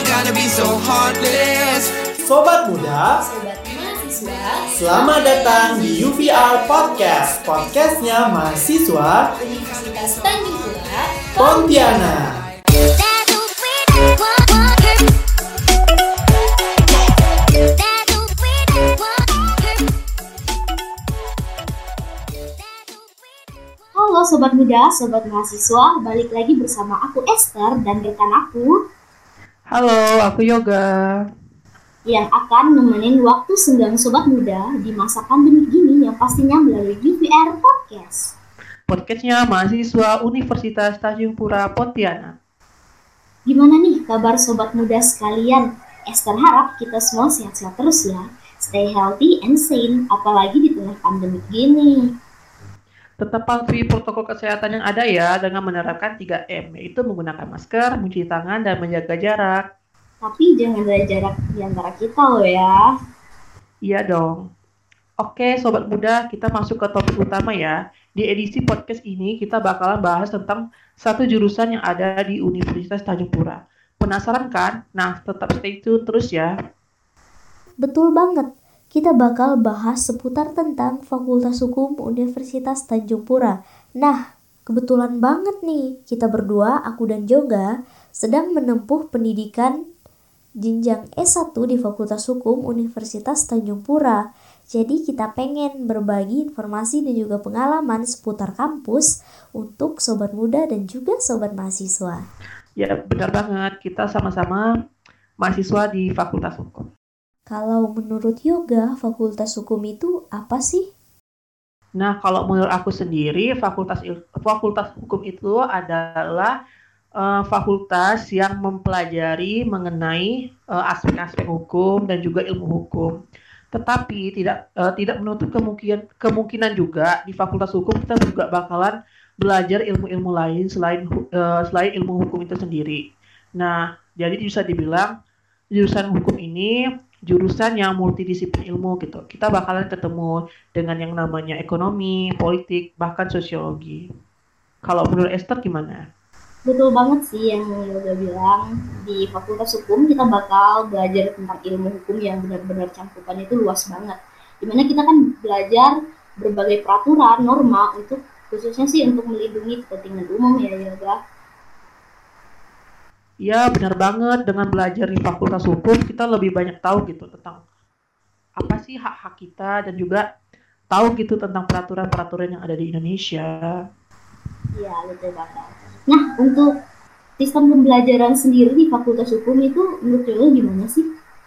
gotta be so heartless. Sobat muda, Sobat mahasiswa, selamat datang di UVR Podcast. Podcastnya mahasiswa Universitas Tanjung Pura, Pontianak. Halo Sobat Muda, Sobat Mahasiswa, balik lagi bersama aku Esther dan rekan aku Halo, aku Yoga. yang akan nemenin waktu senggang Sobat Muda di masa pandemi gini yang pastinya melalui UVR Podcast. Podcastnya mahasiswa Universitas Tanjung Pura Pontianak. Gimana nih kabar Sobat Muda sekalian? Esther harap kita semua sehat-sehat terus ya. Stay healthy and sane, apalagi di tengah pandemi gini. Tetap patuhi protokol kesehatan yang ada ya dengan menerapkan 3M, yaitu menggunakan masker, mencuci tangan, dan menjaga jarak. Tapi jangan ada jarak di antara kita loh ya. Iya dong. Oke, Sobat Muda, kita masuk ke topik utama ya. Di edisi podcast ini, kita bakalan bahas tentang satu jurusan yang ada di Universitas Tanjung Pura. Penasaran kan? Nah, tetap stay tune terus ya. Betul banget, kita bakal bahas seputar tentang Fakultas Hukum Universitas Tanjung Pura. Nah, kebetulan banget nih, kita berdua, aku dan Joga, sedang menempuh pendidikan jenjang S1 di Fakultas Hukum Universitas Tanjung Pura. Jadi kita pengen berbagi informasi dan juga pengalaman seputar kampus untuk sobat muda dan juga sobat mahasiswa. Ya, benar banget. Kita sama-sama mahasiswa di Fakultas Hukum. Kalau menurut Yoga, Fakultas Hukum itu apa sih? Nah, kalau menurut aku sendiri, Fakultas Hukum itu adalah fakultas yang mempelajari mengenai aspek-aspek hukum dan juga ilmu hukum. Tetapi tidak menutup kemungkinan juga di Fakultas Hukum kita juga bakalan belajar ilmu-ilmu lain selain ilmu hukum itu sendiri. Nah, jadi bisa dibilang jurusan hukum ini jurusan yang multidisiplin ilmu gitu. Kita bakalan ketemu dengan yang namanya ekonomi, politik, bahkan sosiologi. Kalau menurut Esther gimana? Betul banget sih yang Yoga bilang. Di Fakultas Hukum kita bakal belajar tentang ilmu hukum yang benar-benar cangkupannya itu luas banget. Dimana kita kan belajar berbagai peraturan, norma untuk khususnya sih untuk melindungi kepentingan umum ya Yoga. Ya, benar banget. Dengan belajar di Fakultas Hukum, kita lebih banyak tahu gitu tentang apa sih hak-hak kita dan juga tahu gitu tentang peraturan-peraturan yang ada di Indonesia. Iya, betul banget. Nah, untuk sistem pembelajaran sendiri di Fakultas Hukum itu menurut Yoga gimana sih?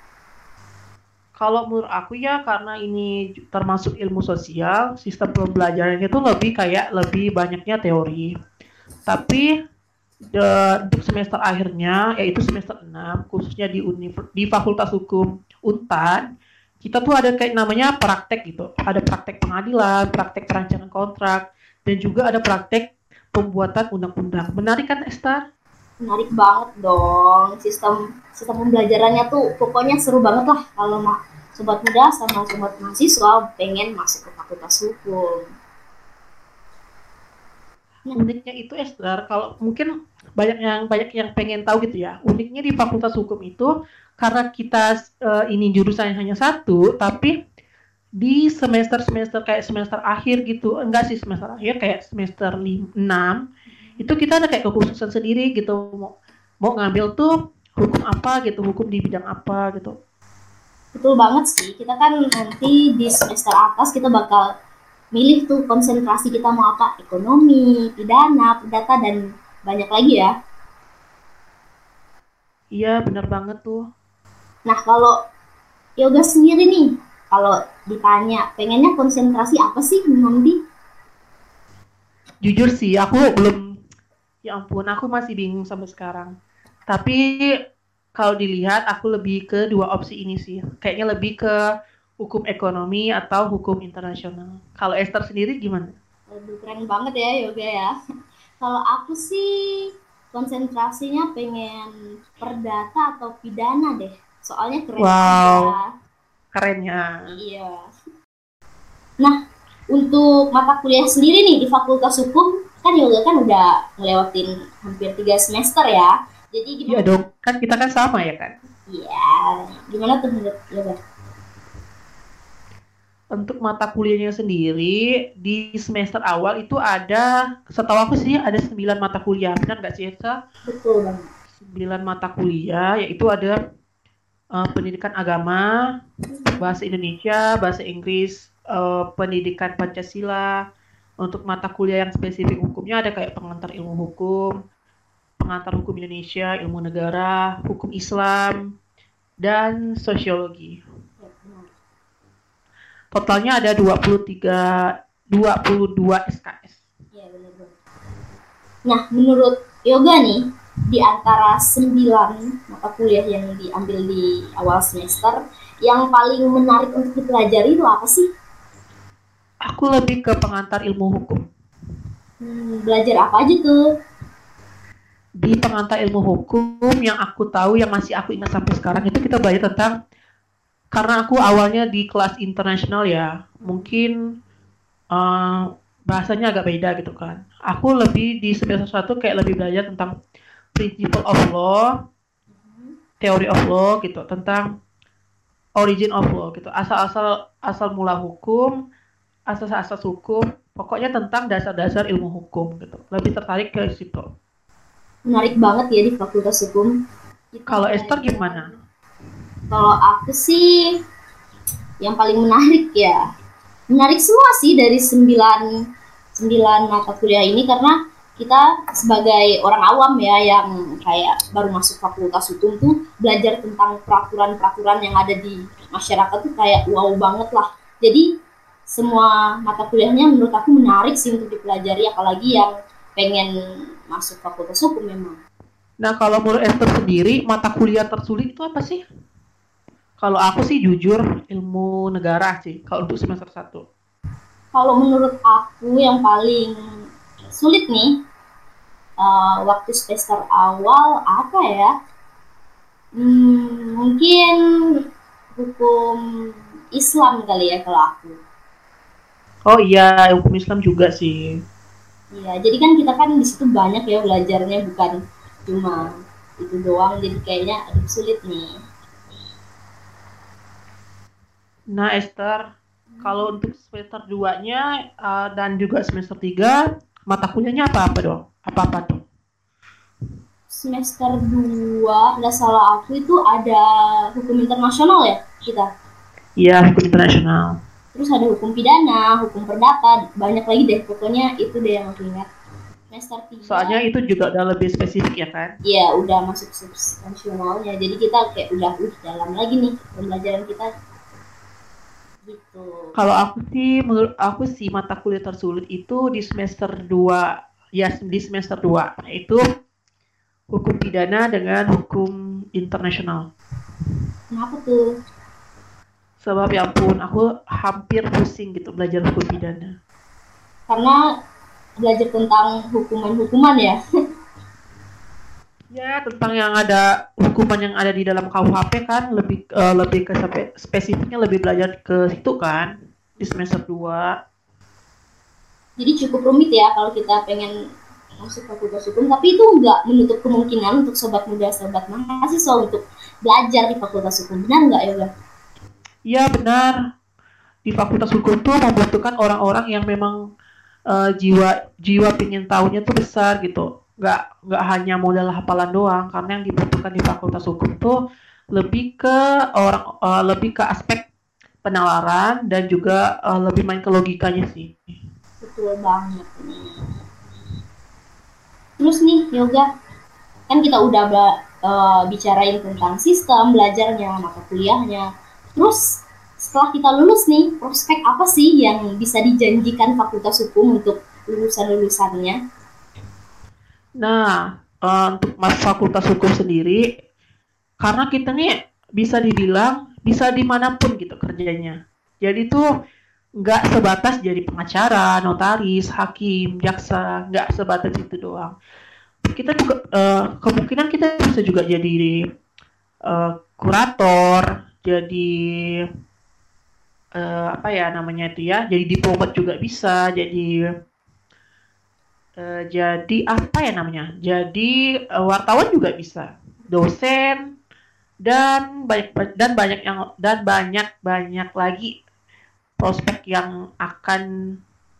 Kalau menurut aku ya, karena ini termasuk ilmu sosial, sistem pembelajarannya itu lebih banyaknya teori. Tapi untuk semester akhirnya, yaitu semester 6, khususnya di Fakultas Hukum Untan, kita tuh ada kayak namanya praktek gitu. Ada praktek pengadilan, praktek perancangan kontrak, dan juga ada praktek pembuatan undang-undang. Menarik kan, Esther? Menarik banget dong. Sistem pembelajarannya tuh pokoknya seru banget lah kalau sobat muda sama sobat mahasiswa pengen masuk ke Fakultas Hukum. Uniknya itu Esther, kalau mungkin banyak yang pengen tahu gitu ya. Uniknya di Fakultas Hukum itu karena kita ini jurusannya hanya satu, tapi di semester kayak semester akhir gitu, enggak sih semester akhir kayak semester 6 itu kita ada kayak kekhususan sendiri gitu, mau ngambil tuh hukum apa gitu, hukum di bidang apa gitu. Betul banget sih. Kita kan nanti di semester atas kita bakal milih tuh konsentrasi kita mau apa, ekonomi, pidana, perdata, dan banyak lagi ya. Iya, benar banget tuh. Nah, kalau Yoga sendiri nih, kalau ditanya pengennya konsentrasi apa sih nanti? Jujur sih, aku belum, ya ampun, aku masih bingung sampai sekarang. Tapi kalau dilihat, aku lebih ke dua opsi ini sih. Kayaknya lebih ke hukum ekonomi atau hukum internasional. Kalau Esther sendiri gimana? Aduh, keren banget ya Yoga ya. Kalau aku sih konsentrasinya pengen perdata atau pidana deh. Soalnya keren aja. Kerennya. Iya. Nah, untuk mata kuliah sendiri nih di Fakultas Hukum, kan Yoga kan udah ngelewatin hampir 3 semester ya. Jadi Iya gimana? dong, kan kita kan sama ya kan. Iya, gimana tuh menurut yoga? Untuk mata kuliahnya sendiri di semester awal itu ada, setahu aku sih ada 9 mata kuliah, benar nggak sih Esa? Betul banget. 9 mata kuliah, yaitu ada pendidikan agama, bahasa Indonesia, bahasa Inggris, pendidikan Pancasila. Untuk mata kuliah yang spesifik hukumnya ada kayak pengantar ilmu hukum, pengantar hukum Indonesia, ilmu negara, hukum Islam, dan sosiologi. Ya, benar. Totalnya ada 22 SKS. Iya, benar banget. Nah, menurut yoga nih, di antara 9 mata kuliah yang diambil di awal semester, yang paling menarik untuk dipelajari itu apa sih? Aku lebih ke pengantar ilmu hukum. Belajar apa aja tuh? Di pengantar ilmu hukum yang aku tahu, yang masih aku ingat sampai sekarang, itu kita belajar tentang, karena aku awalnya di kelas internasional ya, mungkin bahasanya agak beda gitu kan. Aku lebih di semester 1 kayak lebih belajar tentang principle of law, theory of law gitu, tentang origin of law gitu, asal mula hukum, asas-asas hukum, pokoknya tentang dasar-dasar ilmu hukum gitu. Lebih tertarik ke situ. Menarik banget ya di Fakultas Hukum. Kalau Esther gimana? Kalau aku sih yang paling menarik ya. Menarik semua sih dari 9 mata kuliah ini, karena kita sebagai orang awam ya yang kayak baru masuk Fakultas Hukum tuh belajar tentang peraturan-peraturan yang ada di masyarakat tuh kayak wow banget lah. Jadi semua mata kuliahnya menurut aku menarik sih untuk dipelajari, apalagi yang pengen masuk Fakultas Hukum memang. Nah, kalau menurut Esther sendiri, mata kuliah tersulit itu apa sih? Kalau aku sih jujur ilmu negara sih, kalau untuk semester 1. Kalau menurut aku yang paling sulit nih, waktu semester awal apa ya? Mungkin hukum Islam kali ya kalau aku. Oh iya, hukum Islam juga sih. Iya, jadi kan kita kan di situ banyak ya belajarnya, bukan cuma itu doang, jadi kayaknya aduh sulit nih. Nah, Esther, kalau untuk semester 2-nya dan juga semester 3, mata kuliahnya apa-apa dong? Apa-apa tuh? Semester 2 nggak salah aku itu ada hukum internasional ya kita. Iya, hukum internasional. Terus ada hukum pidana, hukum perdata, banyak lagi deh, pokoknya itu deh yang aku ingat. Semester 3 Soalnya itu juga udah lebih spesifik ya kan? ya udah masuk substansionalnya, jadi kita kayak udah dalam lagi nih pembelajaran kita gitu. Kalau menurut aku sih mata kuliah tersulit itu di semester 2, ya di semester 2, yaitu hukum pidana dengan hukum internasional. Kenapa tuh? Sebab ya ampun, aku hampir pusing gitu belajar hukum pidana. Karena belajar tentang hukuman-hukuman ya. Ya, tentang yang ada hukuman yang ada di dalam KUHP kan lebih ke sampai spesifiknya lebih belajar ke situ kan di semester 2. Jadi cukup rumit ya kalau kita pengen masuk fakultas hukum, tapi itu nggak menutup kemungkinan untuk sobat muda, sobat mahasiswa untuk belajar di fakultas hukum. Benar nggak Yoga? Iya benar. Di fakultas hukum tuh membutuhkan orang-orang yang memang jiwa pengen tahunya tuh besar gitu. Nggak hanya modal hafalan doang, karena yang dibutuhkan di fakultas hukum tuh lebih ke lebih ke aspek penalaran dan juga lebih main ke logikanya sih. Betul banget nih. Terus nih Yoga, kan kita udah bicarain tentang sistem belajarnya, mata kuliahnya. Terus setelah kita lulus nih, prospek apa sih yang bisa dijanjikan fakultas hukum untuk lulusan-lulusannya? Nah, untuk fakultas hukum sendiri, karena kita nih bisa dibilang bisa dimanapun gitu kerjanya. Jadi tuh nggak sebatas jadi pengacara, notaris, hakim, jaksa, nggak sebatas itu doang. Kita juga kemungkinan kita bisa juga jadi kurator, jadi apa ya namanya itu ya, jadi diplomat juga bisa, jadi Jadi apa ya namanya? Jadi wartawan juga bisa, dosen dan banyak lagi prospek yang akan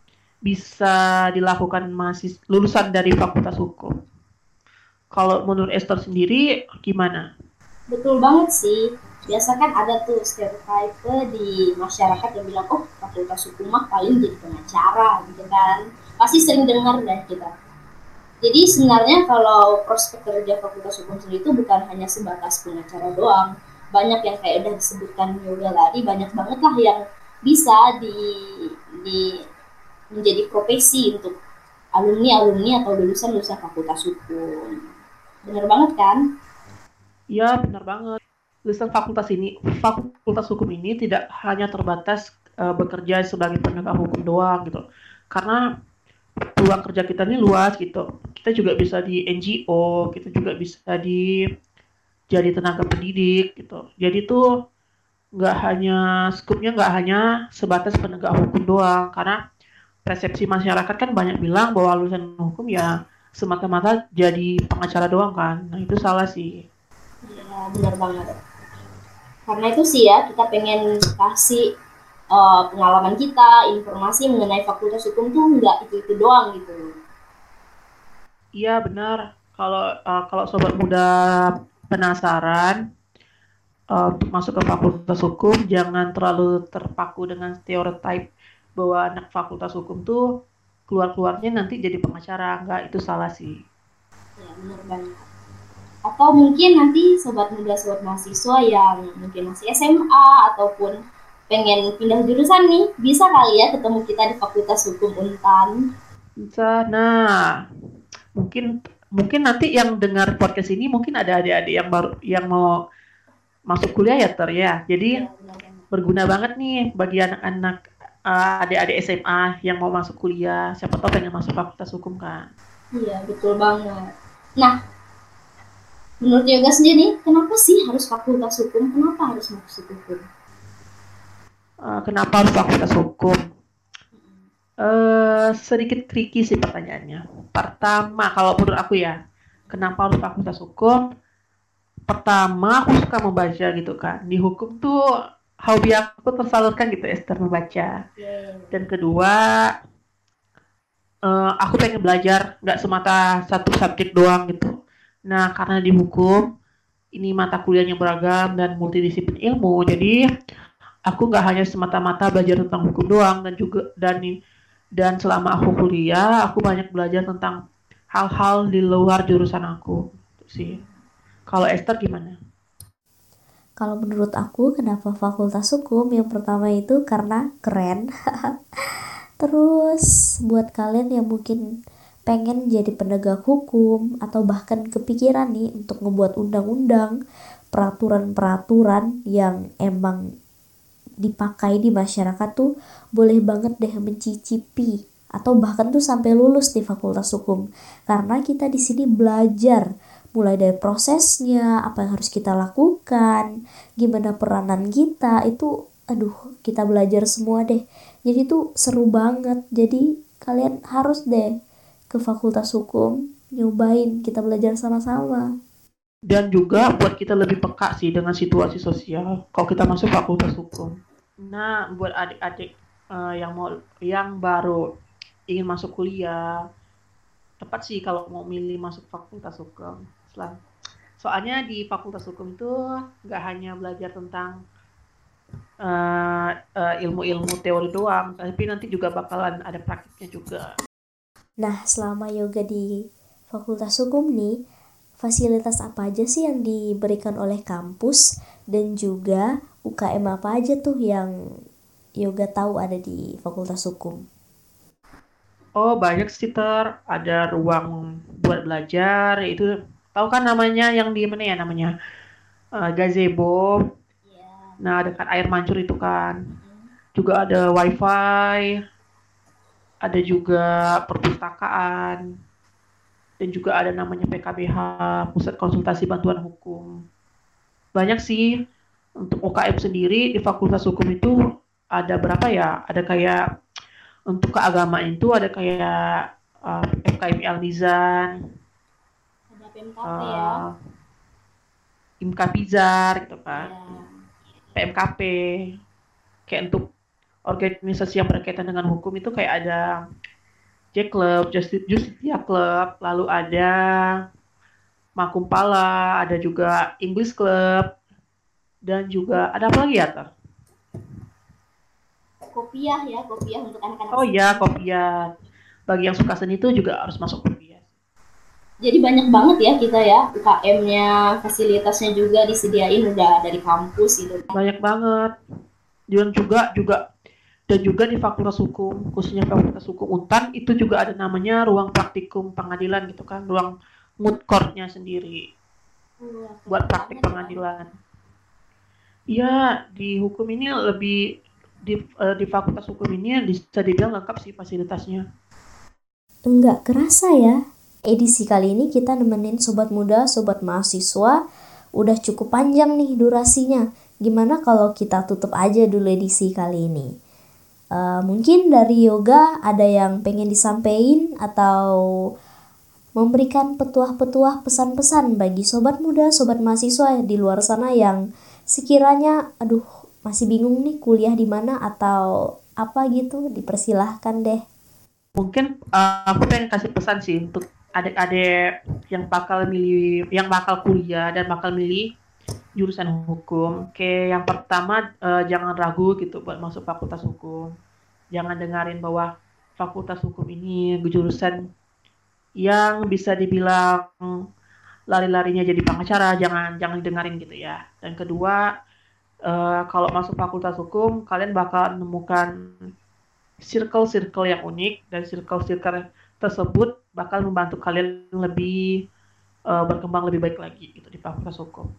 bisa dilakukan mahasiswa lulusan dari Fakultas Hukum. Kalau menurut Esther sendiri gimana? Betul banget sih. Biasa kan ada tuh stereotype di masyarakat yang bilang, oh fakultas hukum mah paling jadi pengacara gitu kan. Pasti sering dengar deh kita. Jadi sebenarnya kalau prospek kerja fakultas hukum sendiri itu bukan hanya sebatas pengacara doang. Banyak yang kayak udah disebutkan yoga tadi, banyak banget lah yang bisa di menjadi profesi untuk alumni atau lulusan fakultas hukum. Bener banget kan? Ya, benar banget. Lulusan fakultas hukum ini tidak hanya terbatas bekerja sebagai penegak hukum doang gitu. Karena peluang kerja kita ini luas gitu. Kita juga bisa di NGO, kita juga bisa jadi tenaga pendidik gitu. Jadi tuh skupnya nggak hanya sebatas penegak hukum doang. Karena persepsi masyarakat kan banyak bilang bahwa lulusan hukum ya semata-mata jadi pengacara doang kan. Nah itu salah sih. Ya, benar banget. Karena itu sih ya, kita pengen kasih pengalaman kita, informasi mengenai fakultas hukum tuh nggak itu doang gitu. Iya benar. Kalau sobat muda penasaran untuk masuk ke fakultas hukum, jangan terlalu terpaku dengan stereotip bahwa anak fakultas hukum tuh keluarnya nanti jadi pengacara. Enggak, itu salah sih. Ya, benar banget. Atau mungkin nanti sobat muda, sobat mahasiswa yang mungkin masih SMA ataupun pengen pindah jurusan nih, bisa kali ya ketemu kita di Fakultas Hukum Untan. Bisa. Nah, mungkin nanti yang dengar podcast ini mungkin ada adik-adik yang mau masuk kuliah ya Ter ya. Jadi berguna banget nih bagi anak-anak adik-adik SMA yang mau masuk kuliah. Siapa tahu pengen masuk fakultas hukum kan. Iya, betul banget. Nah, menurut Yoga sendiri, kenapa sih harus fakultas hukum? Kenapa harus masuk hukum? Kenapa harus fakultas hukum? Sedikit tricky sih pertanyaannya. Pertama, kalau menurut aku ya, kenapa harus fakultas hukum? Pertama, aku suka membaca gitu kan. Di hukum tuh hobi aku tersalurkan gitu, Esther, membaca. Dan kedua, aku pengen belajar, nggak semata satu subjek doang gitu. Nah, karena di hukum, ini mata kuliahnya beragam dan multidisiplin ilmu, jadi aku nggak hanya semata-mata belajar tentang hukum doang, dan selama aku kuliah, aku banyak belajar tentang hal-hal di luar jurusan aku sih. Kalau Esther gimana? Kalau menurut aku, kenapa fakultas hukum? Yang pertama itu karena keren. Terus buat kalian yang mungkin pengen jadi penegak hukum atau bahkan kepikiran nih untuk ngebuat undang-undang, peraturan-peraturan yang emang dipakai di masyarakat tuh boleh banget deh mencicipi atau bahkan tuh sampai lulus di fakultas hukum. Karena kita di sini belajar mulai dari prosesnya, apa yang harus kita lakukan, gimana peranan kita, itu kita belajar semua deh. Jadi tuh seru banget. Jadi kalian harus deh ke fakultas hukum, nyobain, kita belajar sama-sama. Dan juga buat kita lebih peka sih dengan situasi sosial kalau kita masuk fakultas hukum. Nah, buat adik-adik yang baru ingin masuk kuliah, tepat sih kalau mau milih masuk fakultas hukum. Soalnya di fakultas hukum itu nggak hanya belajar tentang ilmu-ilmu teori doang, tapi nanti juga bakalan ada praktiknya juga. Nah, selama Yoga di fakultas hukum nih, fasilitas apa aja sih yang diberikan oleh kampus dan juga UKM apa aja tuh yang Yoga tahu ada di fakultas hukum? Oh, banyak sih Ter. Ada ruang buat belajar, yaitu tahu kan namanya yang di mana ya namanya? Gazebo. Nah, dekat air mancur itu kan. Juga ada wifi. Ada juga perpustakaan. Dan juga ada namanya PKBH, Pusat Konsultasi Bantuan Hukum. Banyak sih. Untuk UKM sendiri di Fakultas Hukum itu ada berapa ya? Ada kayak untuk keagamaan itu ada kayak FKIP Al-Mizan, Ada PMKP ya. IMKA Pizar gitu kan, Ya. PMKP. Kayak untuk organisasi yang berkaitan dengan hukum itu kayak ada J Club, Justitia Club, lalu ada Makumpala, ada juga English Club, dan juga ada apa lagi ya, Ter? Kopiah untuk anak-anak. Oh iya, Kopiah. Bagi yang suka seni itu juga harus masuk Kopiah. Jadi banyak banget ya kita ya, UKM-nya, fasilitasnya juga disediain udah dari kampus gitu. Banyak banget. Dan juga di Fakultas Hukum, khususnya Fakultas Hukum Untan, itu juga ada namanya ruang praktikum pengadilan gitu kan, ruang moot court-nya sendiri buat praktik pengadilan. Iya, di hukum ini lebih di Fakultas Hukum ini bisa dibilang lengkap sih fasilitasnya. Enggak kerasa ya, edisi kali ini kita nemenin sobat muda, sobat mahasiswa, udah cukup panjang nih durasinya. Gimana kalau kita tutup aja dulu edisi kali ini? Mungkin dari Yoga ada yang pengen disampaikan atau memberikan petuah-petuah pesan-pesan bagi sobat muda, sobat mahasiswa di luar sana yang sekiranya masih bingung nih kuliah di mana atau apa gitu, dipersilahkan deh. Mungkin aku pengen kasih pesan sih untuk adik-adik yang bakal kuliah dan bakal milih jurusan hukum. Oke, yang pertama jangan ragu gitu buat masuk Fakultas Hukum. Jangan dengerin bahwa Fakultas Hukum ini jurusan yang bisa dibilang lari-larinya jadi pengacara, jangan dengerin gitu ya. Dan kedua, kalau masuk Fakultas Hukum, kalian bakal menemukan circle-circle yang unik, dan circle-circle tersebut bakal membantu kalian lebih berkembang lebih baik lagi gitu di Fakultas Hukum.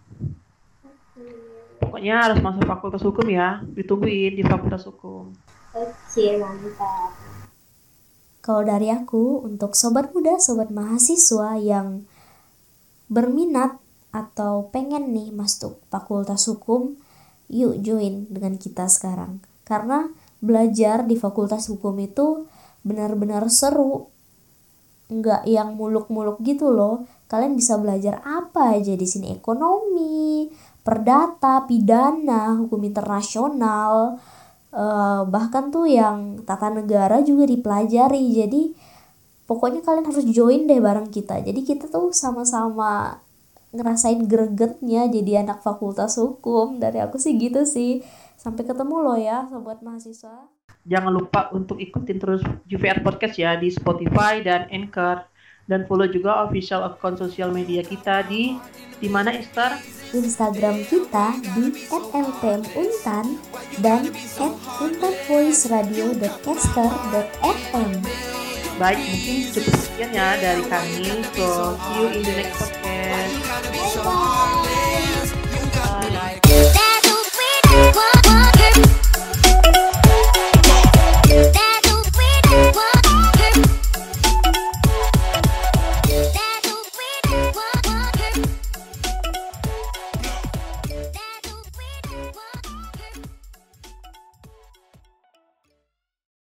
Pokoknya harus masuk Fakultas Hukum ya, ditungguin di Fakultas Hukum. Oke, mantap. Kalau dari aku, untuk sobat muda, sobat mahasiswa yang berminat atau pengen nih masuk Fakultas Hukum, yuk join dengan kita sekarang. Karena belajar di Fakultas Hukum itu benar-benar seru. Enggak yang muluk-muluk gitu loh. Kalian bisa belajar apa aja di sini, ekonomi, perdata, pidana, hukum internasional, bahkan tuh yang tata negara juga dipelajari. Jadi pokoknya kalian harus join deh bareng kita. Jadi kita tuh sama-sama ngerasain gregetnya jadi anak Fakultas Hukum. Dari aku sih gitu sih. Sampai ketemu loh ya sobat mahasiswa. Jangan lupa untuk ikutin terus UVR Podcast ya di Spotify dan Anchor, dan follow juga official account sosial media kita di mana, Esther? Instagram kita di @lpmuntan dan @untanvoiceradio.caster.fm. Baik, mungkin cukup sekian ya dari kami. So, see you in the next podcast. So hard living.